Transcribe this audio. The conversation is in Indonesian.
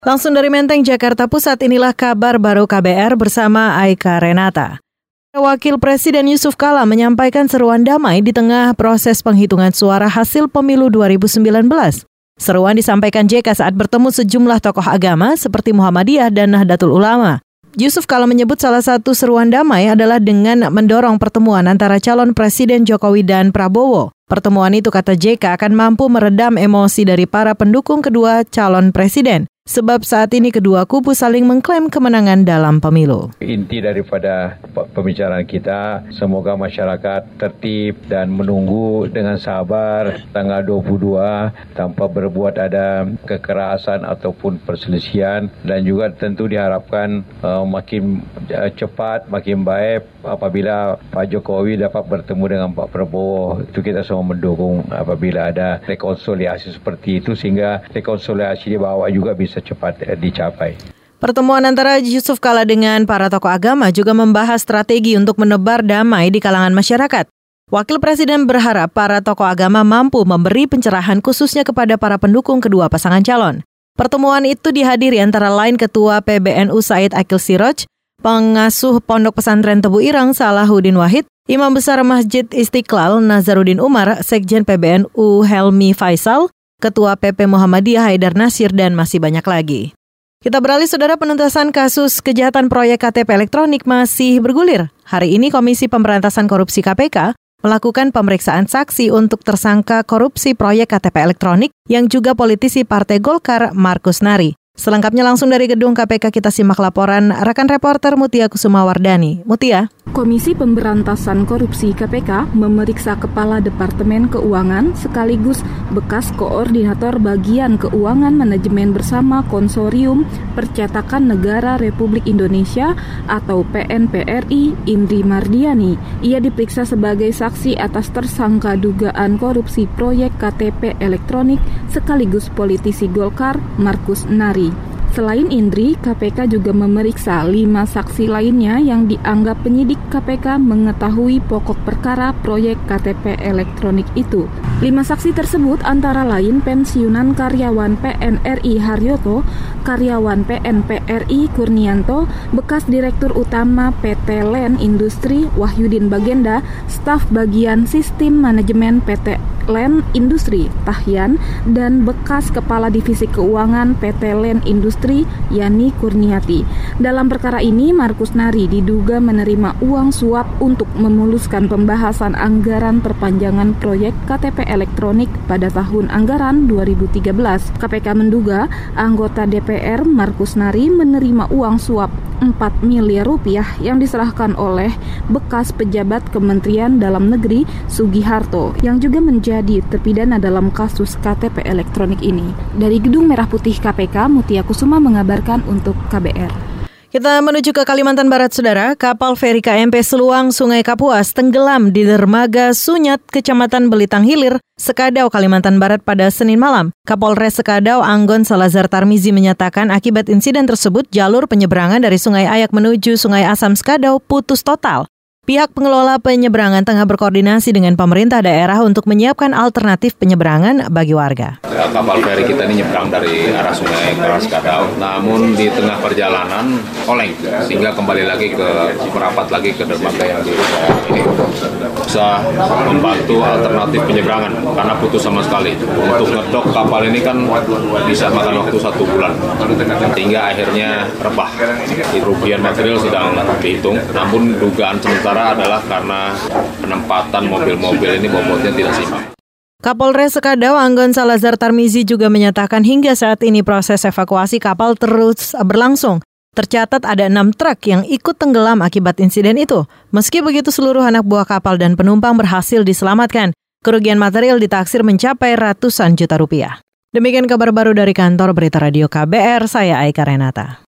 Langsung dari Menteng, Jakarta Pusat, inilah kabar baru KBR bersama Aika Renata. Wakil Presiden Yusuf Kala menyampaikan seruan damai di tengah proses penghitungan suara hasil pemilu 2019. Seruan disampaikan JK saat bertemu sejumlah tokoh agama seperti Muhammadiyah dan Nahdlatul Ulama. Yusuf Kala menyebut salah satu seruan damai adalah dengan mendorong pertemuan antara calon Presiden Jokowi dan Prabowo. Pertemuan itu, kata JK, akan mampu meredam emosi dari para pendukung kedua calon presiden. Sebab saat ini kedua kubu saling mengklaim kemenangan dalam pemilu. Inti daripada pembicaraan kita, semoga masyarakat tertib dan menunggu dengan sabar tanggal 22 tanpa berbuat ada kekerasan ataupun perselisihan. Dan juga tentu diharapkan makin cepat, makin baik apabila Pak Jokowi dapat bertemu dengan Pak Prabowo. Itu kita semua mendukung apabila ada rekonsiliasi seperti itu, sehingga rekonsiliasi di bawah juga bisa cepat dicapai. Pertemuan antara Yusuf Kala dengan para tokoh agama juga membahas strategi untuk menebar damai di kalangan masyarakat. Wakil Presiden berharap para tokoh agama mampu memberi pencerahan khususnya kepada para pendukung kedua pasangan calon. Pertemuan itu dihadiri antara lain Ketua PBNU Said Akil Siroj, Pengasuh Pondok Pesantren Tebu Ireng Salahuddin Wahid, Imam Besar Masjid Istiqlal Nazaruddin Umar, Sekjen PBNU Helmi Faisal, Ketua PP Muhammadiyah Haidar Nasir, dan masih banyak lagi. Kita beralih, saudara. Penuntasan kasus kejahatan proyek KTP elektronik masih bergulir. Hari ini Komisi Pemberantasan Korupsi KPK melakukan pemeriksaan saksi untuk tersangka korupsi proyek KTP elektronik yang juga politisi Partai Golkar Markus Nari. Selengkapnya langsung dari gedung KPK kita simak laporan rekan reporter Mutia Kusumawardani. Mutia. Komisi Pemberantasan Korupsi KPK memeriksa Kepala Departemen Keuangan sekaligus bekas Koordinator Bagian Keuangan Manajemen Bersama Konsorium Percetakan Negara Republik Indonesia atau PNPRI, Indri Mardiani. Ia diperiksa sebagai saksi atas tersangka dugaan korupsi proyek KTP elektronik sekaligus politisi Golkar Markus Nari. Selain Indri, KPK juga memeriksa 5 saksi lainnya yang dianggap penyidik KPK mengetahui pokok perkara proyek KTP elektronik itu. 5 saksi tersebut antara lain pensiunan karyawan PNRI Haryoto, karyawan PNPRI Kurnianto, bekas Direktur Utama PT Len Industri Wahyudin Bagenda, staf bagian Sistem Manajemen PT Len Industri Tahyan, dan bekas Kepala Divisi Keuangan PT Len Industri Yani Kurniati. Dalam perkara ini, Markus Nari diduga menerima uang suap untuk memuluskan pembahasan anggaran perpanjangan proyek KTP elektronik pada tahun anggaran 2013. KPK menduga anggota DPR Markus Nari menerima uang suap 4 miliar rupiah yang diserahkan oleh bekas pejabat Kementerian Dalam Negeri Sugiharto yang juga menjadi terpidana dalam kasus KTP elektronik ini. Dari Gedung Merah Putih KPK, Mutia Kusuma mengabarkan untuk KBR. Kita menuju ke Kalimantan Barat, saudara. Kapal feri KMP Seluang Sungai Kapuas tenggelam di dermaga Sunyat, Kecamatan Belitang Hilir, Sekadau, Kalimantan Barat pada Senin malam. Kapolres Sekadau Anggon Salazar Tarmizi menyatakan akibat insiden tersebut jalur penyeberangan dari Sungai Ayak menuju Sungai Asam Sekadau putus total. Pihak pengelola penyeberangan tengah berkoordinasi dengan pemerintah daerah untuk menyiapkan alternatif penyeberangan bagi warga. Kapal feri kita ini nyebrang dari arah Sungai Sekadau, namun di tengah perjalanan oleng, sehingga kembali lagi merapat lagi ke dermaga yang di ini. Bisa membantu alternatif penyeberangan karena putus sama sekali. Untuk ngedok kapal ini kan bisa makan waktu 1 bulan, sehingga akhirnya rebah. Kerugian material sedang dihitung, namun dugaan sementara adalah karena penempatan mobil-mobil ini bobotnya tidak seimbang. Kapolres Sekadau Anggon Salazar Tarmizi juga menyatakan hingga saat ini proses evakuasi kapal terus berlangsung. Tercatat ada 6 truk yang ikut tenggelam akibat insiden itu. Meski begitu, seluruh anak buah kapal dan penumpang berhasil diselamatkan. Kerugian material ditaksir mencapai ratusan juta rupiah. Demikian kabar baru dari kantor Berita Radio KBR, saya Aika Renata.